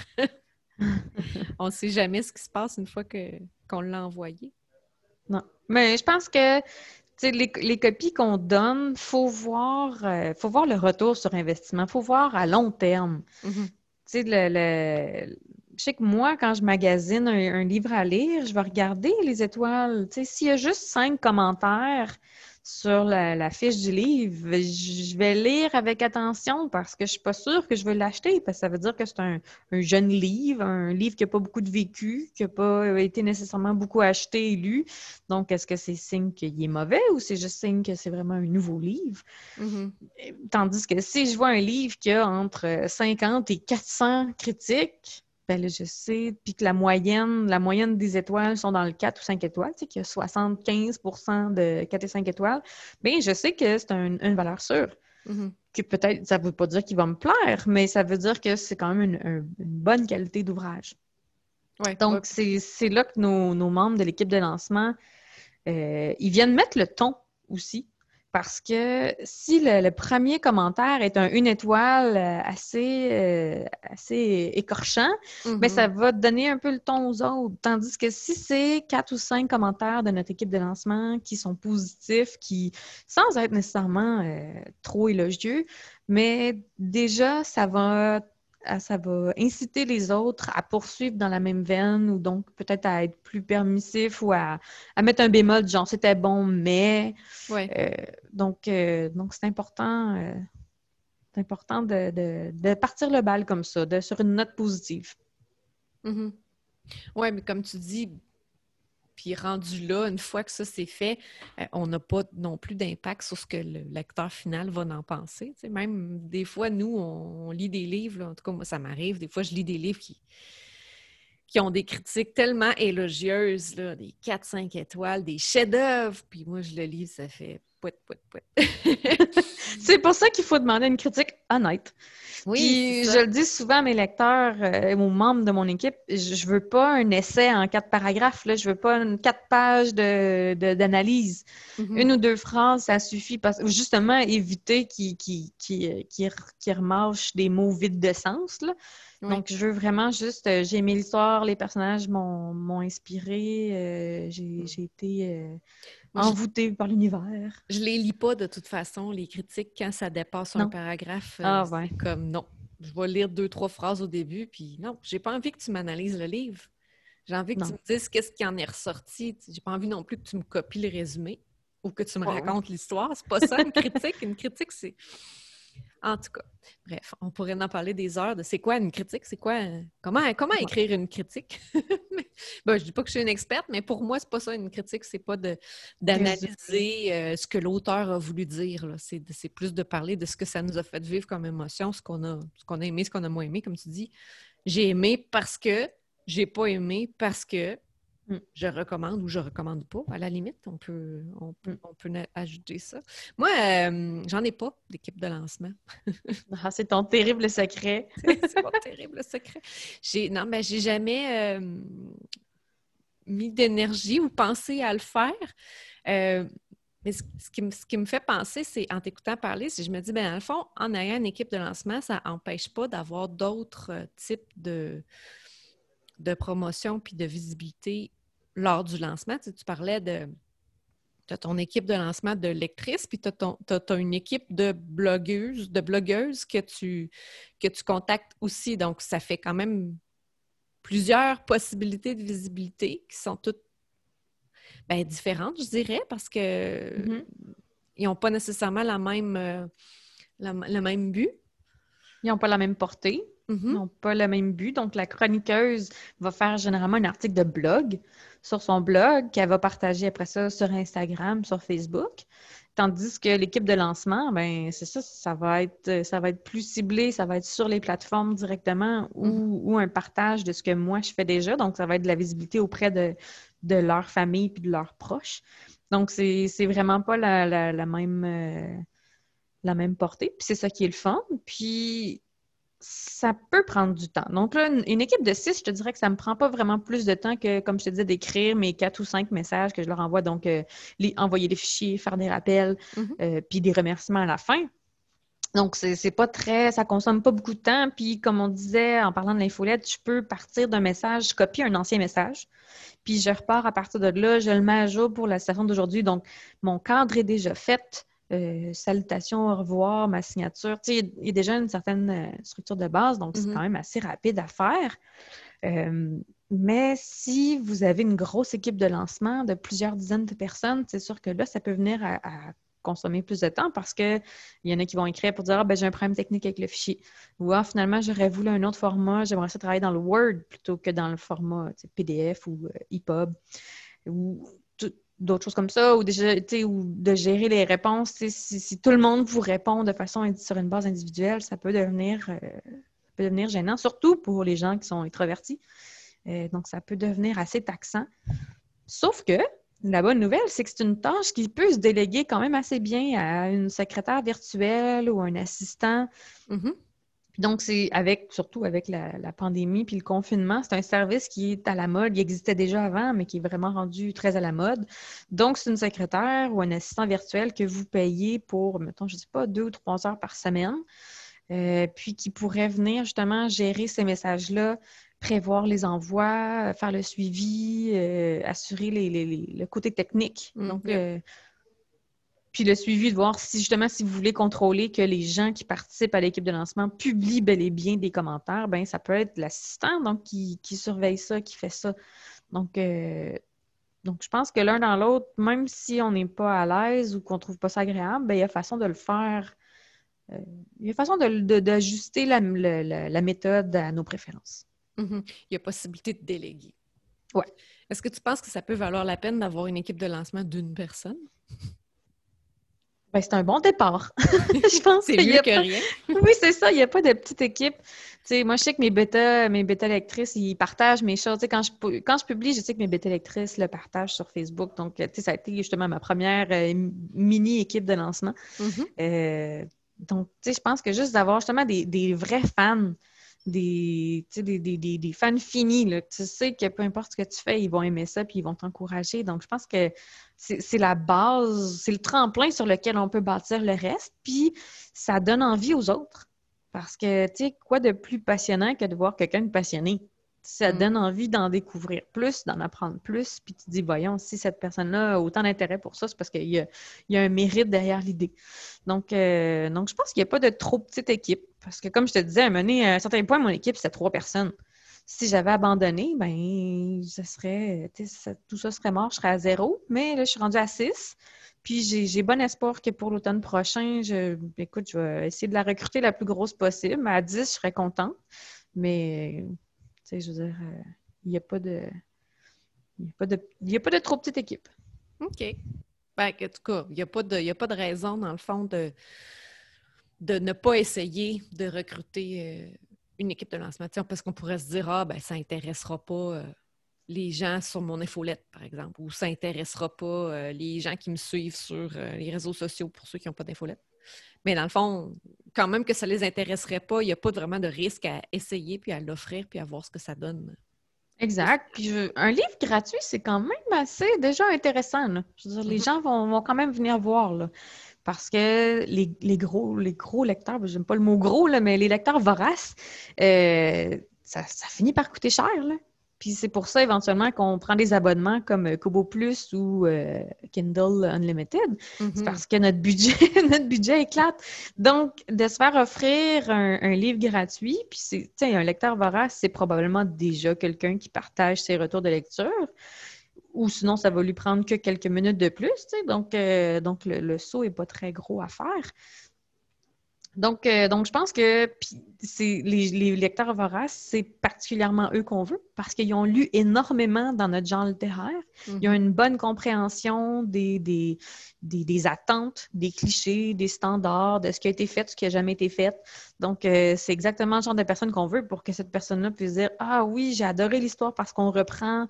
Speaker 3: On ne sait jamais ce qui se passe une fois que, qu'on l'a envoyé.
Speaker 2: Non. Mais je pense que tu sais, les, les copies qu'on donne, il faut voir, euh, faut voir le retour sur investissement, il faut voir à long terme.
Speaker 3: Mm-hmm.
Speaker 2: Tu sais, le, le- je sais que moi, quand je magasine un, un livre à lire, je vais regarder les étoiles. Tu sais, s'il y a juste cinq commentaires sur la, la fiche du livre, je je vais lire avec attention parce que je suis pas sûre que je vais l'acheter parce que ça veut dire que c'est un, un jeune livre, un livre qui n'a pas beaucoup de vécu, qui n'a pas été nécessairement beaucoup acheté et lu. Donc, est-ce que c'est signe qu'il est mauvais ou c'est juste signe que c'est vraiment un nouveau livre?
Speaker 3: Mm-hmm.
Speaker 2: Tandis que si je vois un livre qui a entre cinquante et quatre cents critiques, ben là, je sais, puis que la moyenne, la moyenne des étoiles sont dans le quatre ou cinq étoiles, tu sais, qu'il y a soixante-quinze pour cent de quatre et cinq étoiles, bien, je sais que c'est un- une valeur sûre.
Speaker 3: Mm-hmm.
Speaker 2: Que peut-être, ça ne veut pas dire qu'il va me plaire, mais ça veut dire que c'est quand même une, un- une bonne qualité d'ouvrage.
Speaker 3: Ouais,
Speaker 2: Donc,
Speaker 3: ouais.
Speaker 2: c'est, c'est là que nos, nos membres de l'équipe de lancement, euh, ils viennent mettre le ton aussi. Parce que si le, le premier commentaire est un une étoile euh, assez, euh, assez écorchant, bien,
Speaker 3: Mm-hmm.
Speaker 2: ça va donner un peu le ton aux autres. Tandis que si c'est quatre ou cinq commentaires de notre équipe de lancement qui sont positifs, qui, sans être nécessairement euh, trop élogieux, mais déjà, ça va à- ça va inciter les autres à poursuivre dans la même veine ou donc peut-être à être plus permissif ou à, à mettre un bémol, genre c'était bon, mais
Speaker 3: Ouais.
Speaker 2: euh, donc euh, donc c'est important, euh, c'est important de, de- de partir le bal comme ça, de, sur une note positive.
Speaker 3: Mm-hmm. Ouais, mais comme tu dis, puis rendu là, une fois que ça c'est fait, euh, on n'a pas non plus d'impact sur ce que le lecteur final va en penser. Tu sais, même des fois, nous, on, on lit des livres, là, en tout cas, moi, ça m'arrive, des fois, je lis des livres qui, qui ont des critiques tellement élogieuses, là, des quatre cinq étoiles, des chefs-d'œuvre, puis moi, je le lis, ça fait pouet, pouet, pouet.
Speaker 2: C'est pour ça qu'il faut demander une critique honnête.
Speaker 3: Oui,
Speaker 2: Puis
Speaker 3: c'est
Speaker 2: je
Speaker 3: ça.
Speaker 2: le dis souvent à mes lecteurs, euh, aux membres de mon équipe, je, je veux pas un essai en quatre paragraphes, là, je veux pas une quatre pages de, de- d'analyse.
Speaker 3: Mhm.
Speaker 2: Une ou deux phrases, ça suffit parce que justement éviter qu'ils qui, qui, qui, qui remâchent des mots vides de sens, là.
Speaker 3: Oui.
Speaker 2: Donc, je veux vraiment juste, euh, j'ai aimé l'histoire, les personnages m'ont, m'ont inspiré, euh, j'ai, j'ai été euh,
Speaker 3: Moi, je,
Speaker 2: envoûtée par l'univers.
Speaker 3: je les lis pas de toute façon, les critiques, quand ça dépasse un
Speaker 2: Non.
Speaker 3: paragraphe, euh,
Speaker 2: Ah ouais.
Speaker 3: c'est comme non. Je vais lire deux, trois phrases au début, puis non, j'ai pas envie que tu m'analyses le livre. J'ai envie que tu
Speaker 2: Non.
Speaker 3: me dises qu'est-ce qui en est ressorti. J'ai pas envie non plus que tu me copies le résumé ou que tu me
Speaker 2: Ouais.
Speaker 3: racontes l'histoire. C'est pas ça, une critique. Une critique, c'est... En tout cas, bref, on pourrait en parler des heures de c'est quoi une critique, c'est quoi... Comment, comment
Speaker 2: Ouais.
Speaker 3: écrire une critique? Ben, je dis pas que je suis une experte, mais pour moi, c'est pas ça, une critique, c'est pas de, d'analyser euh, ce que l'auteur a voulu dire. Là. C'est, c'est plus de parler de ce que ça nous a fait vivre comme émotion, ce qu'on a, ce qu'on a aimé, ce qu'on a moins aimé, comme tu dis. J'ai aimé parce que... J'ai pas aimé parce que
Speaker 2: Mm.
Speaker 3: je recommande ou je recommande pas. À la limite, on peut, on peut,
Speaker 2: Mm.
Speaker 3: on peut na- ajouter ça. Moi, euh, j'en ai pas d'équipe de lancement.
Speaker 2: Ah, c'est ton terrible secret.
Speaker 3: C'est pas terrible, le secret. J'ai, non, mais j'ai jamais euh, mis d'énergie ou pensé à le faire. Euh, mais ce, ce qui me, ce qui me fait penser, c'est en t'écoutant parler, c'est que je me dis, bien, dans le fond, en ayant une équipe de lancement, ça n'empêche pas d'avoir d'autres euh, types de de promotion puis de visibilité lors du lancement. Tu sais, tu parlais de... Tu as ton équipe de lancement de lectrices, puis tu as, une équipe de blogueuses, de blogueuses que tu, que tu contactes aussi. Donc, ça fait quand même plusieurs possibilités de visibilité qui sont toutes ben, différentes, je dirais, parce que
Speaker 2: Mm-hmm.
Speaker 3: ils n'ont pas nécessairement la même, euh, la, le même but.
Speaker 2: Ils n'ont pas la même portée.
Speaker 3: Mm-hmm.
Speaker 2: Ils n'ont pas le même but. Donc, la chroniqueuse va faire généralement un article de blog sur son blog qu'elle va partager après ça sur Instagram, sur Facebook. Tandis que l'équipe de lancement, ben c'est ça, ça va être, ça va être plus ciblé, ça va être sur les plateformes directement ou,
Speaker 3: Mm-hmm.
Speaker 2: ou un partage de ce que moi je fais déjà. Donc, ça va être de la visibilité auprès de, de leur famille puis de leurs proches. Donc, c'est, c'est vraiment pas la, la, la même, euh, la même portée. Puis c'est ça qui est le fun. Puis ça peut prendre du temps. Donc là, une, une équipe de six, je te dirais que ça ne me prend pas vraiment plus de temps que, comme je te disais, d'écrire mes quatre ou cinq messages que je leur envoie. Donc, euh, les, envoyer des fichiers, faire des rappels,
Speaker 3: Mm-hmm.
Speaker 2: euh, puis des remerciements à la fin. Donc, c'est, c'est pas très... Ça consomme pas beaucoup de temps. Puis, comme on disait, en parlant de l'infolette, je peux partir d'un message, je copie un ancien message, puis je repars à partir de là, je le mets à jour pour la session d'aujourd'hui. Donc, mon cadre est déjà fait. Euh, salutations, au revoir, ma signature. Tu sais, il y a déjà une certaine euh, structure de base, donc c'est
Speaker 3: Mm-hmm.
Speaker 2: quand même assez rapide à faire. Euh, mais si vous avez une grosse équipe de lancement de plusieurs dizaines de personnes, c'est sûr que là, ça peut venir à, à consommer plus de temps parce qu'il y en a qui vont écrire pour dire « Ah, ben j'ai un problème technique avec le fichier. » Ou « Ah, finalement, j'aurais voulu un autre format, j'aimerais ça travailler dans le Word plutôt que dans le format P D F ou euh, E P U B. » Ou d'autres choses comme ça, ou, déjà, ou de gérer les réponses. Si, si tout le monde vous répond de façon sur une base individuelle, ça peut devenir, euh, ça peut devenir gênant, surtout pour les gens qui sont introvertis. Euh, donc, ça peut devenir assez taxant. Sauf que la bonne nouvelle, c'est que c'est une tâche qui peut se déléguer quand même assez bien à une secrétaire virtuelle ou un assistant.
Speaker 3: Mm-hmm.
Speaker 2: Donc, c'est avec, surtout avec la, la pandémie puis le confinement, c'est un service qui est à la mode. Il existait déjà avant, mais qui est vraiment rendu très à la mode. Donc, c'est une secrétaire ou un assistant virtuel que vous payez pour, mettons, je ne sais pas, deux ou trois heures par semaine, euh, puis qui pourrait venir justement gérer ces messages-là, prévoir les envois, faire le suivi, euh, assurer les, les, les, le côté technique.
Speaker 3: Mm,
Speaker 2: Donc,
Speaker 3: yep.
Speaker 2: euh, puis le suivi de voir si justement, si vous voulez contrôler que les gens qui participent à l'équipe de lancement publient bel et bien des commentaires, bien, ça peut être l'assistant donc qui, qui surveille ça, qui fait ça. Donc, euh, donc je pense que l'un dans l'autre, même si on n'est pas à l'aise ou qu'on ne trouve pas ça agréable, bien, il y a façon de le faire. Euh, il y a façon de, de, d'ajuster la, la, la méthode à nos préférences.
Speaker 3: Mm-hmm. Il y a possibilité de déléguer.
Speaker 2: Ouais.
Speaker 3: Est-ce que tu penses que ça peut valoir la peine d'avoir une équipe de lancement d'une personne?
Speaker 2: Ben, c'est un bon départ. Je pense
Speaker 3: c'est
Speaker 2: qu'il
Speaker 3: mieux
Speaker 2: y a
Speaker 3: que
Speaker 2: pas...
Speaker 3: rien.
Speaker 2: Oui, c'est ça. Il n'y a pas de petite équipe. Tu sais, moi, je sais que mes bêta, mes bêta lectrices, ils partagent mes choses. Tu sais, quand, je, quand je publie, je sais que mes bêta lectrices le partagent sur Facebook. Donc, tu sais, ça a été justement ma première euh, mini-équipe de lancement.
Speaker 3: Mm-hmm.
Speaker 2: Euh, donc, tu sais, je pense que juste d'avoir justement des, des vrais fans, des, des, des, des, des fans finis, là. Tu sais que peu importe ce que tu fais, ils vont aimer ça puis ils vont t'encourager. Donc, je pense que c'est, c'est la base, c'est le tremplin sur lequel on peut bâtir le reste, puis ça donne envie aux autres. Parce que, tu sais, quoi de plus passionnant que de voir quelqu'un de passionné? Ça
Speaker 3: Mm.
Speaker 2: donne envie d'en découvrir plus, d'en apprendre plus, puis tu te dis, voyons, si cette personne-là a autant d'intérêt pour ça, c'est parce qu'il y a, il y a un mérite derrière l'idée. Donc, euh, donc je pense qu'il n'y a pas de trop petite équipe. Parce que, comme je te disais, à un, moment donné, à un certain point, mon équipe, c'était trois personnes. Si j'avais abandonné, ben, ça serait, ça, tout ça serait mort, je serais à zéro. Mais là, je suis rendue à six. Puis, j'ai, j'ai bon espoir que pour l'automne prochain, je, écoute, je vais essayer de la recruter la plus grosse possible. À dix, je serais contente. Mais, tu sais, je veux dire, il euh, n'y a pas de... Il n'y a, pas de, il y a pas de trop petite équipe.
Speaker 3: OK. Ben, en tout cas, il n'y a, a pas de raison, dans le fond, de, de ne pas essayer de recruter euh, une équipe de lancement. T'sais, parce qu'on pourrait se dire, ah, ben, ça n'intéressera pas euh, les gens sur mon infolette, par exemple, ou ça n'intéressera pas euh, les gens qui me suivent sur euh, les réseaux sociaux pour ceux qui n'ont pas d'infolette. Mais dans le fond, quand même que ça ne les intéresserait pas, il n'y a pas vraiment de risque à essayer, puis à l'offrir, puis à voir ce que ça donne.
Speaker 2: Exact. Puis je, un livre gratuit, c'est quand même assez déjà intéressant. Là. Je veux dire, les
Speaker 3: Mm-hmm.
Speaker 2: gens vont, vont quand même venir voir. Là, parce que les, les, gros, les gros lecteurs, je n'aime pas le mot gros, là, mais les lecteurs voraces, euh, ça, ça finit par coûter cher. Là. Puis c'est pour ça, éventuellement, qu'on prend des abonnements comme Kobo Plus ou euh, Kindle Unlimited.
Speaker 3: Mm-hmm.
Speaker 2: C'est parce que notre budget, notre budget éclate. Donc, de se faire offrir un, un livre gratuit, puis c'est, tu sais, un lecteur vorace, c'est probablement déjà quelqu'un qui partage ses retours de lecture. Ou sinon, ça va lui prendre que quelques minutes de plus. Tu sais, donc, euh, donc, le, le saut n'est pas très gros à faire. Donc, euh, donc, je pense que c'est, les, les lecteurs voraces, c'est particulièrement eux qu'on veut parce qu'ils ont lu énormément dans notre genre littéraire. Mm-hmm. Ils ont une bonne compréhension des, des, des, des attentes, des clichés, des standards, de ce qui a été fait, ce qui n'a jamais été fait. Donc, euh, c'est exactement le genre de personne qu'on veut pour que cette personne-là puisse dire « Ah oui, j'ai adoré l'histoire parce qu'on reprend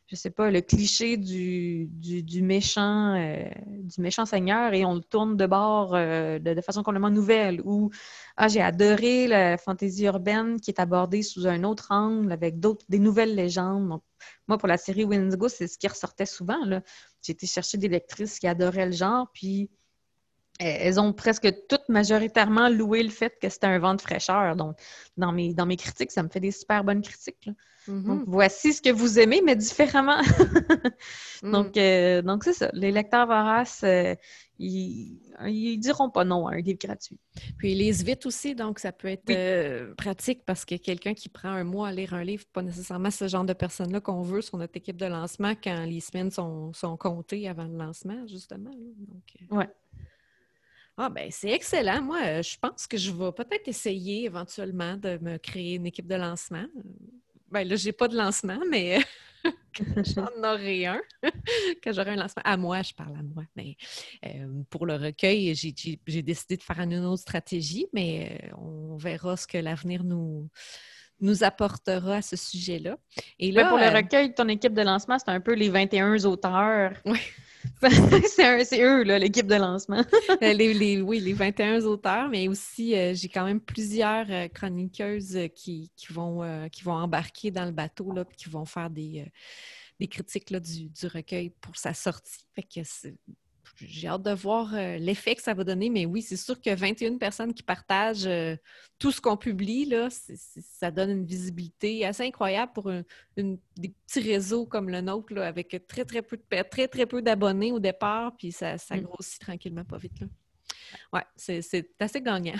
Speaker 2: je sais pas, le cliché du, du, du méchant euh, du méchant seigneur et on le tourne de bord euh, de, de façon complètement nouvelle. Ou ah, j'ai adoré la fantaisie urbaine qui est abordée sous un autre angle avec d'autres des nouvelles légendes. Donc, moi, pour la série Windigo, c'est ce qui ressortait souvent, là. J'ai été chercher des lectrices qui adoraient le genre, puis elles ont presque toutes majoritairement loué le fait que c'était un vent de fraîcheur. Donc, dans mes, dans mes critiques, ça me fait des super bonnes critiques, là.
Speaker 3: Mm-hmm.
Speaker 2: Donc, voici ce que vous aimez, mais différemment.
Speaker 3: Mm.
Speaker 2: donc, euh, donc, c'est ça. Les lecteurs voraces, euh, ils, ils diront pas non à un livre gratuit.
Speaker 3: Puis, ils lisent vite aussi, donc ça peut être
Speaker 2: Oui.
Speaker 3: euh, pratique parce que quelqu'un qui prend un mois à lire un livre, pas nécessairement ce genre de personne-là qu'on veut sur notre équipe de lancement quand les semaines sont, sont comptées avant le lancement, justement. Donc, euh...
Speaker 2: ouais.
Speaker 3: Ah ben c'est excellent. Moi, euh, je pense que je vais peut-être essayer éventuellement de me créer une équipe de lancement. Ben là, j'ai pas de lancement, mais j'en aurai un. Quand j'aurai un lancement. À moi, je parle à moi. Mais euh, pour le recueil, j'ai, j'ai, j'ai décidé de faire une autre stratégie, mais euh, on verra ce que l'avenir nous, nous apportera à ce sujet-là. Et là,
Speaker 2: ouais, pour le
Speaker 3: euh...
Speaker 2: recueil, ton équipe de lancement, c'est un peu les vingt et un auteurs.
Speaker 3: Oui.
Speaker 2: c'est, un, c'est eux, là, l'équipe de lancement.
Speaker 3: les, les, oui, les vingt et un auteurs, mais aussi, euh, j'ai quand même plusieurs euh, chroniqueuses euh, qui, qui, vont, euh, qui vont embarquer dans le bateau, là, puis qui vont faire des, euh, des critiques là, du, du recueil pour sa sortie. Fait que c'est... J'ai hâte de voir euh, l'effet que ça va donner, mais oui, c'est sûr que vingt et une personnes qui partagent euh, tout ce qu'on publie, là, c'est, c'est, ça donne une visibilité assez incroyable pour une, une, des petits réseaux comme le nôtre, là, avec très, très peu de très, très peu d'abonnés au départ, puis ça, ça
Speaker 2: Mm.
Speaker 3: grossit tranquillement, pas vite, là. Ouais, c'est, c'est assez gagnant.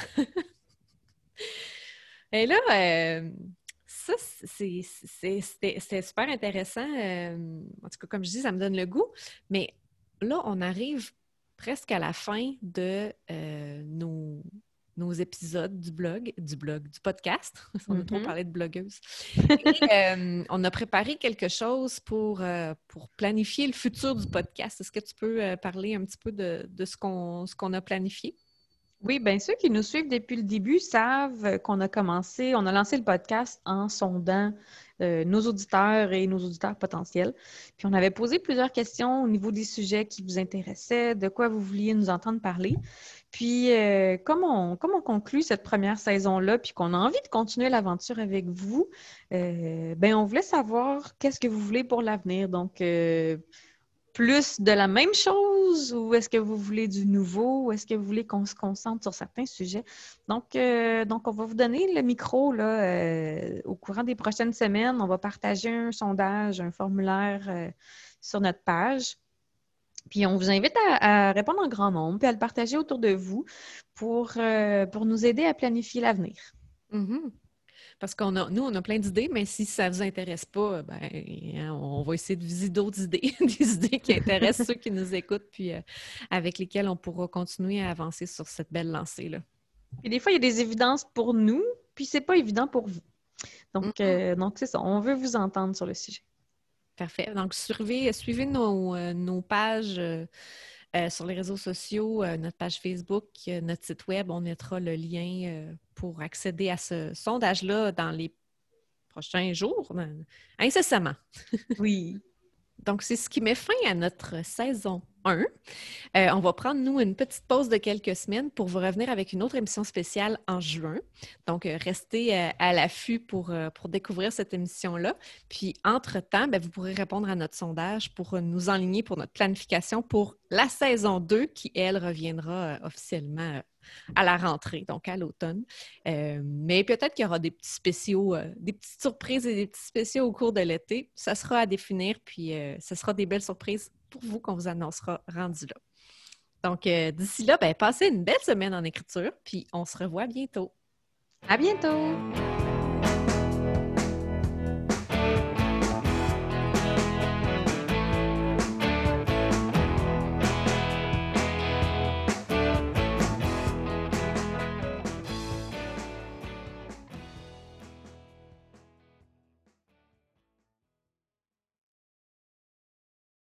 Speaker 3: Et là, euh, ça, c'est, c'est, c'était, c'était super intéressant. Euh, en tout cas, comme je dis, ça me donne le goût, mais là, on arrive presque à la fin de euh, nos, nos épisodes du blog, du blog, du podcast. On a mm-hmm. trop parlé de blogueuse. Et, euh, on a préparé quelque chose pour, euh, pour planifier le futur du podcast. Est-ce que tu peux euh, parler un petit peu de, de ce qu'on, ce qu'on a planifié?
Speaker 2: Oui, bien, ceux qui nous suivent depuis le début savent qu'on a commencé, on a lancé le podcast en sondant euh, nos auditeurs et nos auditeurs potentiels. Puis on avait posé plusieurs questions au niveau des sujets qui vous intéressaient, de quoi vous vouliez nous entendre parler. Puis euh, comme, on, comme on conclut cette première saison-là, puis qu'on a envie de continuer l'aventure avec vous, euh, bien, on voulait savoir qu'est-ce que vous voulez pour l'avenir. Donc, euh, plus de la même chose ou est-ce que vous voulez du nouveau ou est-ce que vous voulez qu'on se concentre sur certains sujets? Donc, euh, donc on va vous donner le micro là, euh, au courant des prochaines semaines. On va partager un sondage, un formulaire euh, sur notre page. Puis on vous invite à, à répondre en grand nombre puis à le partager autour de vous pour, euh, pour nous aider à planifier l'avenir.
Speaker 3: Mm-hmm. Parce qu'on a, nous, on a plein d'idées, mais si ça ne vous intéresse pas, ben, on va essayer de viser d'autres idées, des idées qui intéressent ceux qui nous écoutent, puis euh, avec lesquelles on pourra continuer à avancer sur cette belle lancée-là.
Speaker 2: Puis des fois, il y a des évidences pour nous, puis c'est pas évident pour vous. Donc, mm-hmm. euh, donc c'est ça, on veut vous entendre sur le sujet.
Speaker 3: Parfait. Donc, suivez, suivez nos, euh, nos pages euh, euh, sur les réseaux sociaux, euh, notre page Facebook, euh, notre site web. On mettra le lien euh, pour accéder à ce sondage-là dans les prochains jours, dans, incessamment.
Speaker 2: Oui.
Speaker 3: Donc, c'est ce qui met fin à notre saison un. Euh, on va prendre, nous, une petite pause de quelques semaines pour vous revenir avec une autre émission spéciale en juin. Donc, euh, restez euh, à l'affût pour, euh, pour découvrir cette émission-là. Puis, entre-temps, bien, vous pourrez répondre à notre sondage pour euh, nous enligner pour notre planification pour la saison deux qui, elle, reviendra euh, officiellement euh, à la rentrée, donc à l'automne. Euh, mais peut-être qu'il y aura des petits spéciaux, euh, des petites surprises et des petits spéciaux au cours de l'été. Ça sera à définir, puis euh, ce sera des belles surprises pour vous qu'on vous annoncera rendu là. Donc, euh, d'ici là, ben, passez une belle semaine en écriture, puis on se revoit bientôt.
Speaker 2: À bientôt!